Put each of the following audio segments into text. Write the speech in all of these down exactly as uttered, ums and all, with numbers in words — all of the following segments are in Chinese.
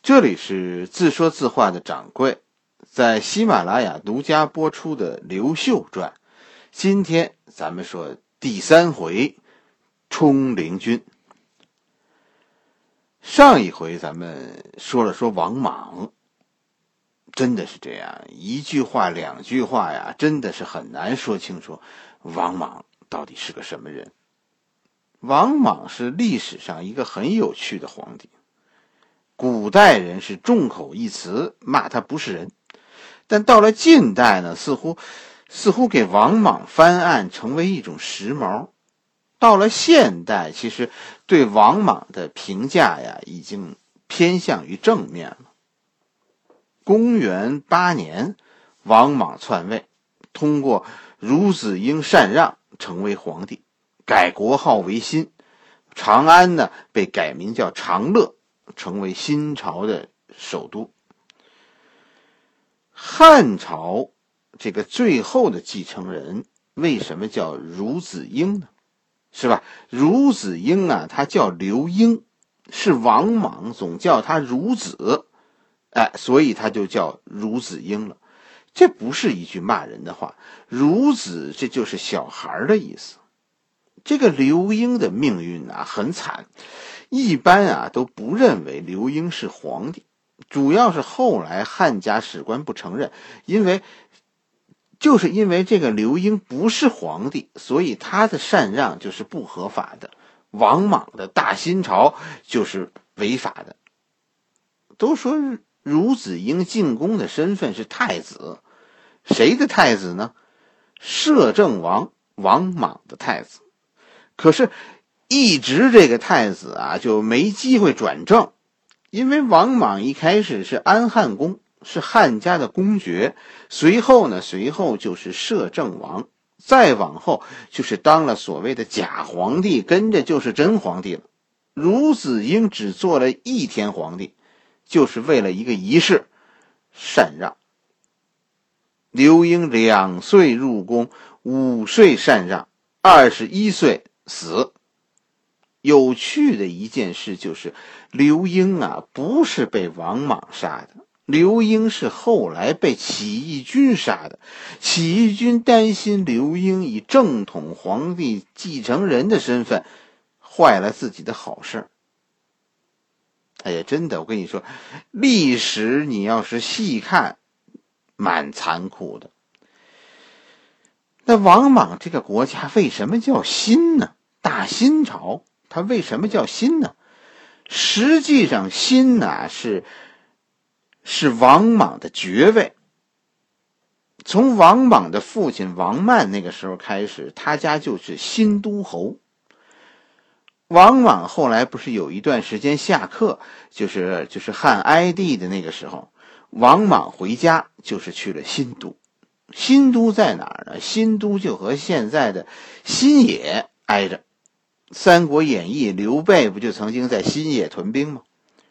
这里是自说自话的掌柜，在喜马拉雅独家播出的刘秀传。今天咱们说第三回，冲灵军。上一回咱们说了说王莽，真的是这样，一句话两句话呀，真的是很难说清楚王莽到底是个什么人。王莽是历史上一个很有趣的皇帝，古代人是众口一词骂他不是人，但到了近代呢，似乎似乎给王莽翻案成为一种时髦。到了现代，其实对王莽的评价呀，已经偏向于正面了。公元八年，王莽篡位，通过孺子婴禅让成为皇帝，改国号为新，长安呢被改名叫长乐，成为新朝的首都。汉朝这个最后的继承人为什么叫孺子婴呢？是吧？孺子婴啊，他叫刘婴，是王莽总叫他孺子，哎，所以他就叫孺子婴了。这不是一句骂人的话，孺子这就是小孩的意思。这个刘婴的命运啊很惨，一般啊都不认为刘婴是皇帝，主要是后来汉家史官不承认，因为就是因为这个刘婴不是皇帝，所以他的禅让就是不合法的，王莽的大新朝就是违法的。都说孺子婴进宫的身份是太子，谁的太子呢？摄政王王莽的太子。可是一直这个太子啊就没机会转正，因为王莽一开始是安汉公，是汉家的公爵，随后呢随后就是摄政王，再往后就是当了所谓的假皇帝，跟着就是真皇帝了。孺子婴只做了一天皇帝，就是为了一个仪式禅让。刘婴两岁入宫，五岁禅让，二十一岁死。有趣的一件事就是刘婴啊不是被王莽杀的，刘婴是后来被起义军杀的。起义军担心刘婴以正统皇帝继承人的身份坏了自己的好事。哎呀，真的，我跟你说，历史你要是细看蛮残酷的。那王莽这个国家为什么叫新呢？大新朝它为什么叫新呢？实际上新啊是是王莽的爵位。从王莽的父亲王曼那个时候开始，他家就是新都侯。王莽后来不是有一段时间下课，就是就是汉哀帝的那个时候，王莽回家就是去了新都。新都在哪儿呢？新都就和现在的新野挨着。三国演义刘备不就曾经在新野屯兵吗？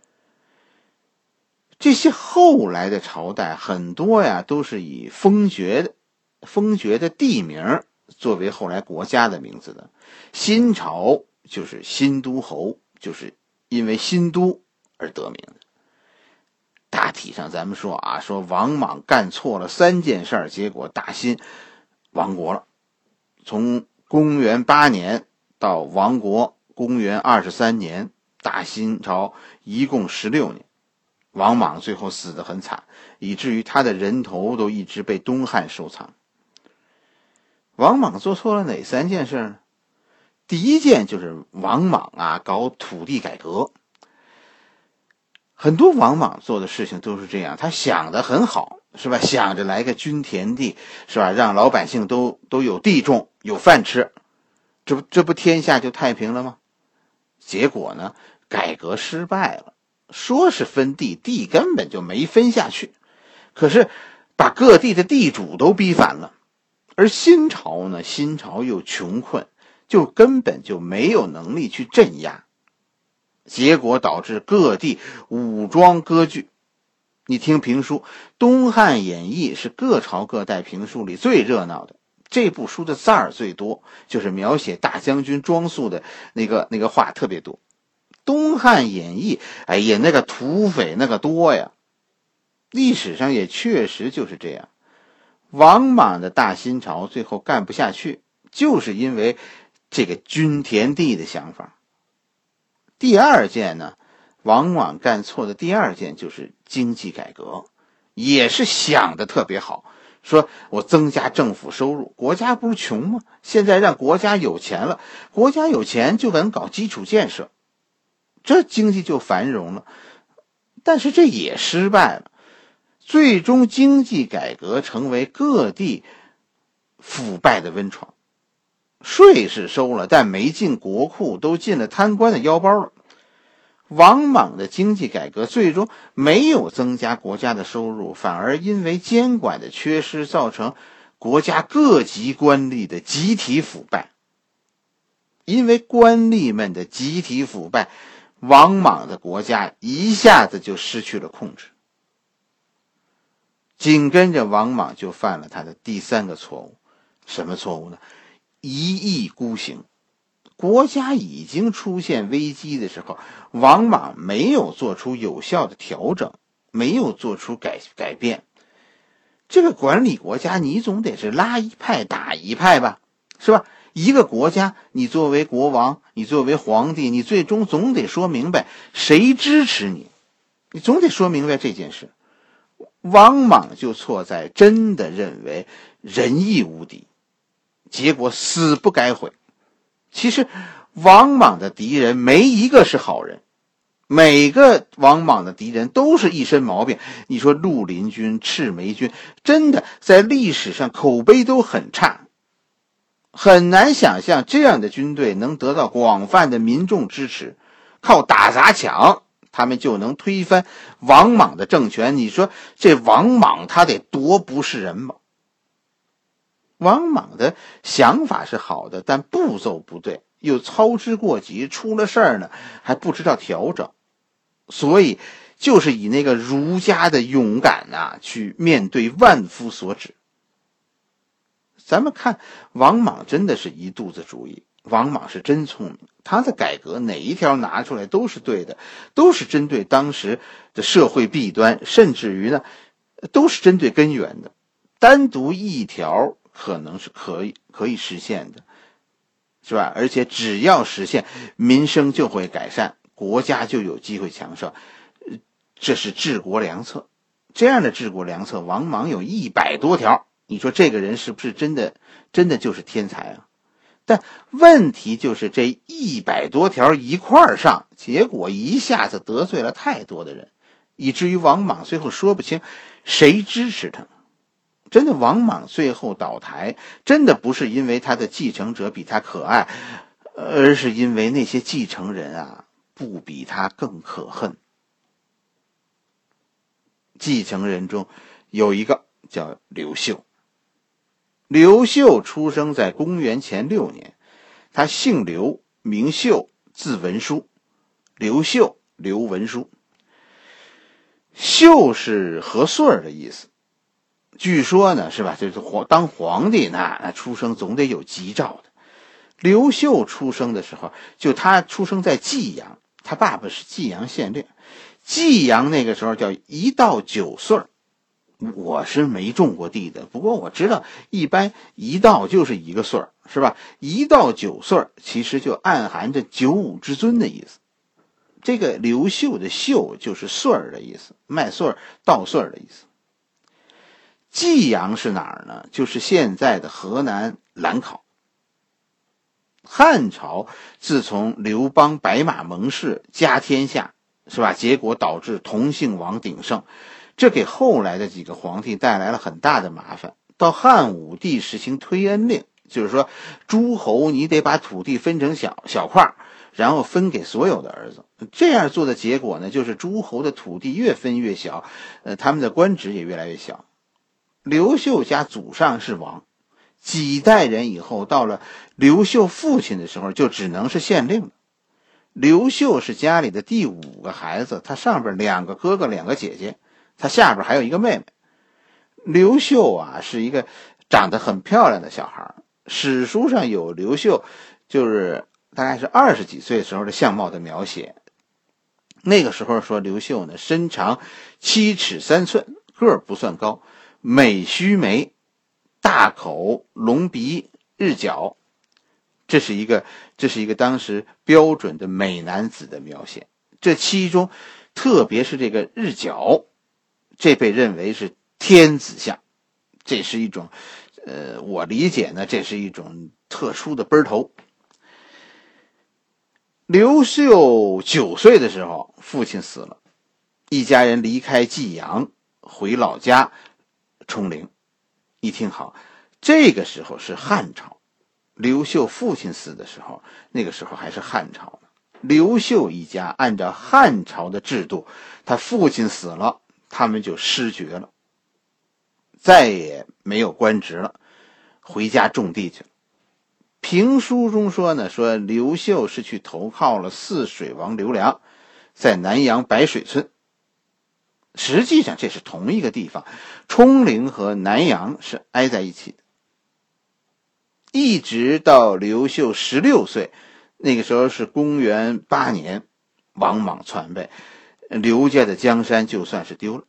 这些后来的朝代很多呀都是以封爵的封爵的地名作为后来国家的名字的。新朝就是新都侯，就是因为新都而得名的。大体上咱们说啊，说王莽干错了三件事，结果大新亡国了。从公元八年到亡国公元二十三年，大新朝一共十六年。王莽最后死得很惨，以至于他的人头都一直被东汉收藏。王莽做错了哪三件事呢？第一件就是王莽啊搞土地改革。很多王莽做的事情都是这样，他想得很好，是吧？想着来个均田地，是吧？让老百姓都都有地种，有饭吃，这不这不天下就太平了吗？结果呢，改革失败了。说是分地，地根本就没分下去，可是把各地的地主都逼反了。而新朝呢，新朝又穷困，就根本就没有能力去镇压，结果导致各地武装割据。你听评书，东汉演义是各朝各代评书里最热闹的，这部书的字儿最多，就是描写大将军庄肃的那个那个话特别多。 东汉演义，哎呀，那个土匪那个多呀。历史上也确实就是这样。王莽的大新朝最后干不下去，就是因为这个均田地的想法。第二件呢，王莽干错的第二件就是经济改革，也是想的特别好，说我增加政府收入，国家不是穷吗？现在让国家有钱了，国家有钱就能搞基础建设，这经济就繁荣了。但是这也失败了，最终经济改革成为各地腐败的温床。税是收了，但没进国库，都进了贪官的腰包了。王莽的经济改革最终没有增加国家的收入，反而因为监管的缺失，造成国家各级官吏的集体腐败。因为官吏们的集体腐败，王莽的国家一下子就失去了控制。紧跟着王莽就犯了他的第三个错误。什么错误呢？一意孤行。国家已经出现危机的时候，王莽没有做出有效的调整，没有做出改改变。这个管理国家，你总得是拉一派打一派吧，是吧？一个国家，你作为国王，你作为皇帝，你最终总得说明白谁支持你，你总得说明白这件事。王莽就错在真的认为仁义无敌，结果死不改悔。其实王莽的敌人没一个是好人，每个王莽的敌人都是一身毛病。你说绿林军、赤眉军，真的在历史上口碑都很差，很难想象这样的军队能得到广泛的民众支持，靠打砸抢他们就能推翻王莽的政权。你说这王莽他得多不是人吗？王莽的想法是好的，但步骤不对，又操之过急，出了事儿呢还不知道调整。所以就是以那个儒家的勇敢啊，去面对万夫所指。咱们看王莽真的是一肚子主意，王莽是真聪明，他的改革哪一条拿出来都是对的，都是针对当时的社会弊端，甚至于呢都是针对根源的。单独一条可能是可以可以实现的，是吧？而且只要实现，民生就会改善，国家就有机会强盛，这是治国良策。这样的治国良策，王莽有一百多条，你说这个人是不是真的真的就是天才啊？但问题就是这一百多条一块儿上，结果一下子得罪了太多的人，以至于王莽最后说不清谁支持他。真的，王莽最后倒台，真的不是因为他的继承者比他可爱，而是因为那些继承人啊，不比他更可恨。继承人中有一个叫刘秀。刘秀出生在公元前六年，他姓刘，名秀，字文书。刘秀，刘文书。秀是和顺的意思。据说呢，是吧？就是当皇帝那那出生总得有吉兆的。刘秀出生的时候，就他出生在济阳，他爸爸是济阳县令。济阳那个时候叫一到九岁，我是没种过地的，不过我知道一般一到就是一个岁，是吧？一到九岁其实就暗含着九五之尊的意思。这个刘秀的秀就是穗儿的意思，麦穗儿、稻穗儿的意思。济阳是哪儿呢？就是现在的河南兰考。汉朝自从刘邦白马盟誓家天下，是吧？结果导致同姓王鼎盛，这给后来的几个皇帝带来了很大的麻烦。到汉武帝实行推恩令，就是说诸侯你得把土地分成小小块，然后分给所有的儿子。这样做的结果呢，就是诸侯的土地越分越小，呃，他们的官职也越来越小。刘秀家祖上是王，几代人以后到了刘秀父亲的时候，就只能是县令了。刘秀是家里的第五个孩子，他上边两个哥哥两个姐姐，他下边还有一个妹妹。刘秀啊是一个长得很漂亮的小孩，史书上有刘秀就是大概是二十几岁时候的相貌的描写， 那个时候说刘秀呢，身长七尺三寸，个儿不算高，美须眉，大口，隆鼻，日角。这是一个这是一个当时标准的美男子的描写。这其中特别是这个日角，这被认为是天子相，这是一种呃我理解呢，这是一种特殊的奔头。刘秀九岁的时候，父亲死了，一家人离开济阳，回老家冲陵。你听好，这个时候是汉朝，刘秀父亲死的时候，那个时候还是汉朝呢。刘秀一家按照汉朝的制度，他父亲死了，他们就失爵了，再也没有官职了，回家种地去了。评书中说呢，说刘秀是去投靠了泗水王刘良，在南阳白水村。实际上这是同一个地方，冲陵和南阳是挨在一起的。一直到刘秀十六岁，那个时候是公元八年，王莽篡位，刘家的江山就算是丢了。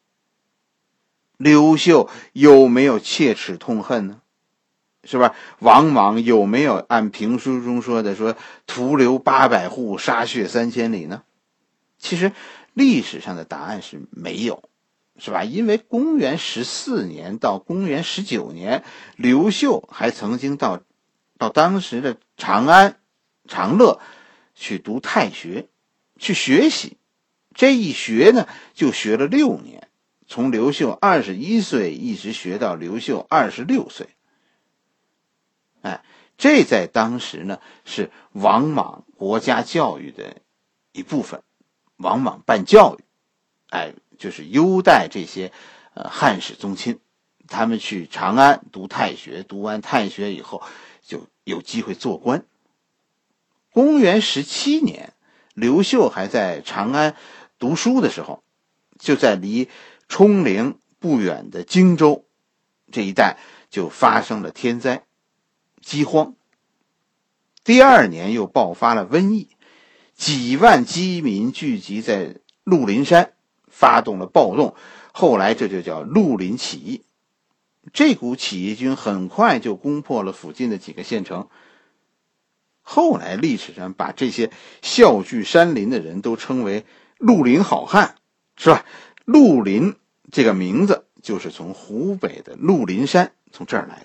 刘秀有没有切齿痛恨呢？是吧？王莽有没有按评书中说的说屠刘八百户，杀血三千里呢？其实历史上的答案是没有，是吧？因为公元十四年到公元十九年，刘秀还曾经到到当时的长安、长乐去读太学，去学习。这一学呢，就学了六年，从刘秀二十一岁一直学到刘秀二十六岁。哎，这在当时呢是王莽国家教育的一部分。王莽办教育，哎，就是优待这些呃汉室宗亲，他们去长安读太学，读完太学以后就有机会做官。公元十七年，刘秀还在长安读书的时候，就在离冲陵不远的荆州这一带就发生了天灾，饥荒。第二年又爆发了瘟疫，几万饥民聚集在鹿林山，发动了暴动，后来这就叫鹿林起义。这股起义军很快就攻破了附近的几个县城，后来历史上把这些笑聚山林的人都称为绿林好汉，是吧？绿林这个名字就是从湖北的鹿林山从这儿来的。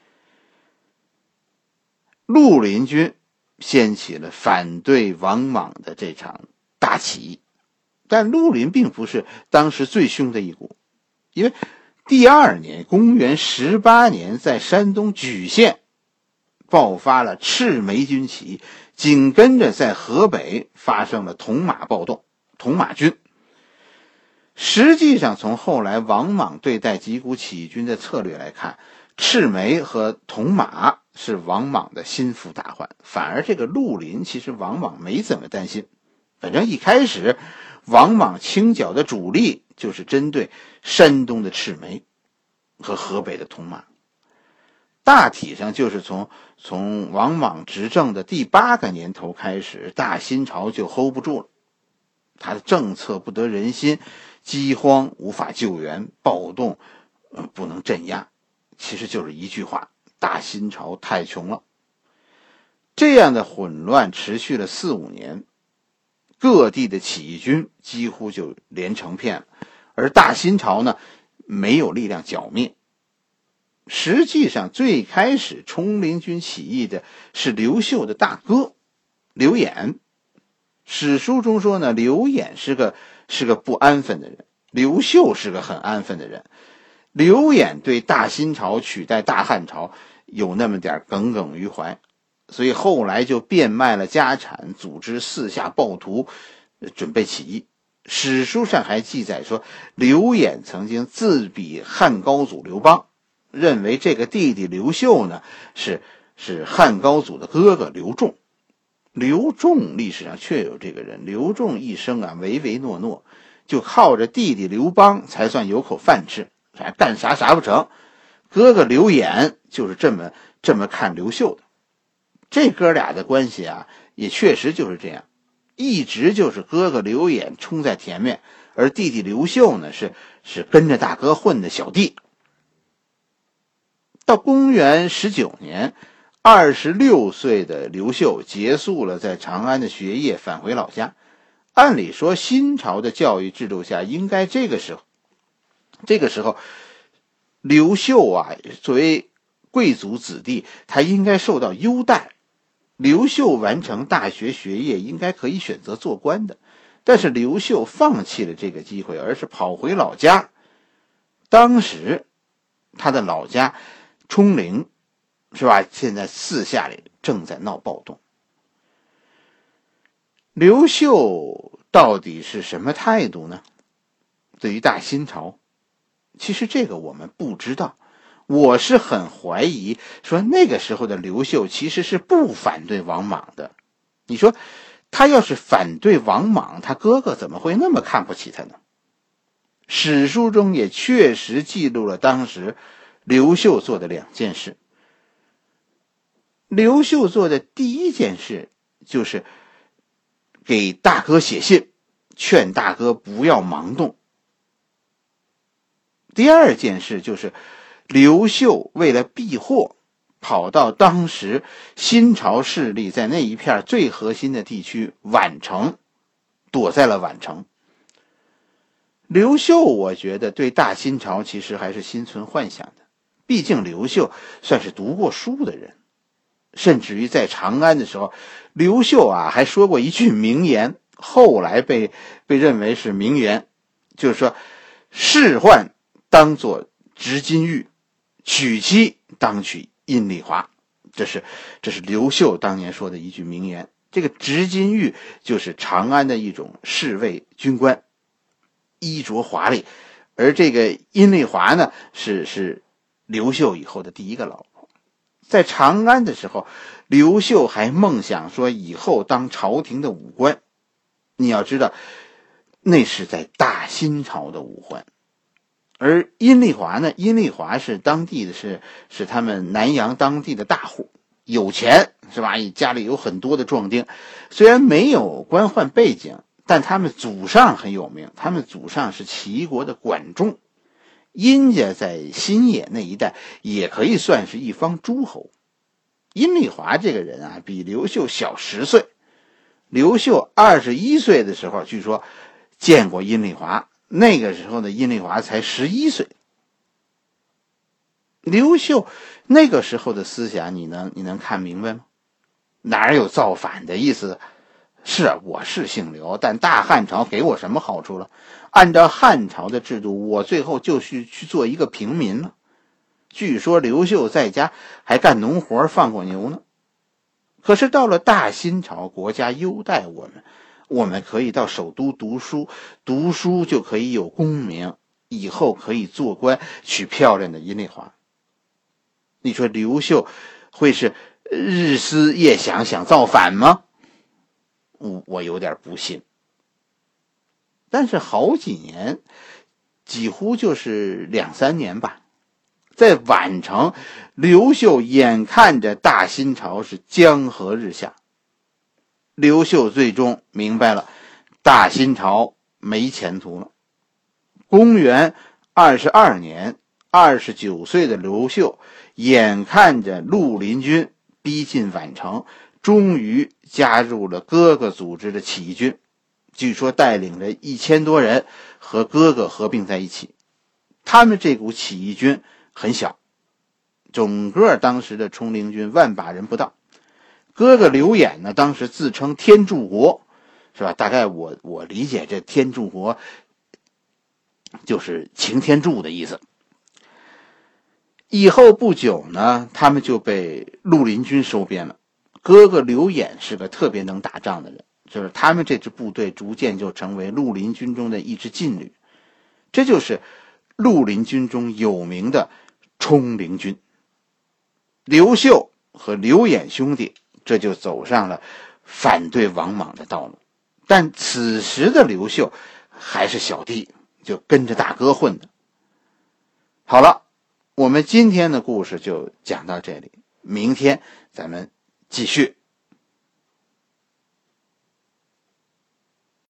绿林军掀起了反对王莽的这场大起义，但绿林并不是当时最凶的一股，因为第二年公元十八年在山东莒县爆发了赤眉军起义，紧跟着在河北发生了铜马暴动，铜马军。实际上从后来王莽对待几股起义军的策略来看，赤眉和铜马是王莽的心腹大患，反而这个绿林其实王莽没怎么担心。反正一开始王莽清剿的主力就是针对山东的赤眉和河北的铜马，大体上就是从从王莽执政的第八个年头开始，大新朝就 hold 不住了，他的政策不得人心，饥荒无法救援，暴动、呃、不能镇压，其实就是一句话，大新朝太穷了。这样的混乱持续了四五年，各地的起义军几乎就连成片了，而大新朝呢没有力量剿灭。实际上最开始冲陵军起义的是刘秀的大哥刘演。史书中说呢，刘演是个是个不安分的人，刘秀是个很安分的人。刘演对大新朝取代大汉朝有那么点耿耿于怀，所以后来就变卖了家产，组织四下暴徒，准备起义。史书上还记载说，刘演曾经自比汉高祖刘邦，认为这个弟弟刘秀呢是是汉高祖的哥哥刘仲。刘仲历史上确有这个人，刘仲一生啊唯唯诺诺，就靠着弟弟刘邦才算有口饭吃，干啥啥不成。哥哥刘演就是这么这么看刘秀的。这哥俩的关系啊也确实就是这样， 一直就是哥哥刘演冲在前面，而弟弟刘秀呢是是跟着大哥混的小弟。到公元十九年，二十六岁的刘秀结束了在长安的学业，返回老家。按理说新朝的教育制度下，应该这个时候这个时候刘秀啊作为贵族子弟，他应该受到优待。刘秀完成大学学业，应该可以选择做官的，但是刘秀放弃了这个机会，而是跑回老家。当时他的老家冲陵，是吧？现在四下里正在闹暴动。刘秀到底是什么态度呢？对于大新朝，其实这个我们不知道。我是很怀疑说那个时候的刘秀其实是不反对王莽的。你说他要是反对王莽，他哥哥怎么会那么看不起他呢？史书中也确实记录了当时刘秀做的两件事。刘秀做的第一件事就是给大哥写信，劝大哥不要盲动。第二件事就是刘秀为了避祸，跑到当时新朝势力在那一片最核心的地区宛城，躲在了宛城。刘秀我觉得对大新朝其实还是心存幻想的，毕竟刘秀算是读过书的人，甚至于在长安的时候，刘秀啊还说过一句名言，后来被被认为是名言，就是说仕宦当作执金玉，娶妻当娶阴丽华。这是这是刘秀当年说的一句名言。这个执金玉就是长安的一种侍卫军官，衣着华丽，而这个阴丽华呢是是刘秀以后的第一个老婆。在长安的时候，刘秀还梦想说以后当朝廷的武官。你要知道那是在大新朝的武官。而阴丽华呢，阴丽华是当地的是是他们南阳当地的大户，有钱，是吧？家里有很多的壮丁，虽然没有官宦背景，但他们祖上很有名，他们祖上是齐国的管仲。阴家在新野那一带也可以算是一方诸侯。阴丽华这个人啊，比刘秀小十岁。刘秀二十一岁的时候，据说见过阴丽华，那个时候的阴丽华才十一岁。刘秀那个时候的思想，你能你能看明白吗？哪有造反的意思？是我是姓刘，但大汉朝给我什么好处了？按照汉朝的制度，我最后就是去做一个平民了。据说刘秀在家还干农活放过牛呢。可是到了大新朝，国家优待我们，我们可以到首都读书，读书就可以有功名，以后可以做官，娶漂亮的阴丽华。你说刘秀会是日思夜想想造反吗？我我有点不信。但是好几年，几乎就是两三年吧，在宛城，刘秀眼看着大新朝是江河日下。刘秀最终明白了，大新朝没前途了。公元二十二年，二十九岁的刘秀眼看着绿林军逼近宛城，终于加入了哥哥组织的起义军，据说带领着一千多人和哥哥合并在一起。他们这股起义军很小，整个当时的冲陵军万把人不到。哥哥刘演呢，当时自称天柱国，是吧？大概我我理解这天柱国就是擎天柱的意思。以后不久呢，他们就被绿林军收编了。哥哥刘演是个特别能打仗的人，就是他们这支部队逐渐就成为绿林军中的一支劲旅。这就是绿林军中有名的冲陵军。刘秀和刘演兄弟这就走上了反对王莽的道路。但此时的刘秀还是小弟，就跟着大哥混的。好了，我们今天的故事就讲到这里，明天咱们继续。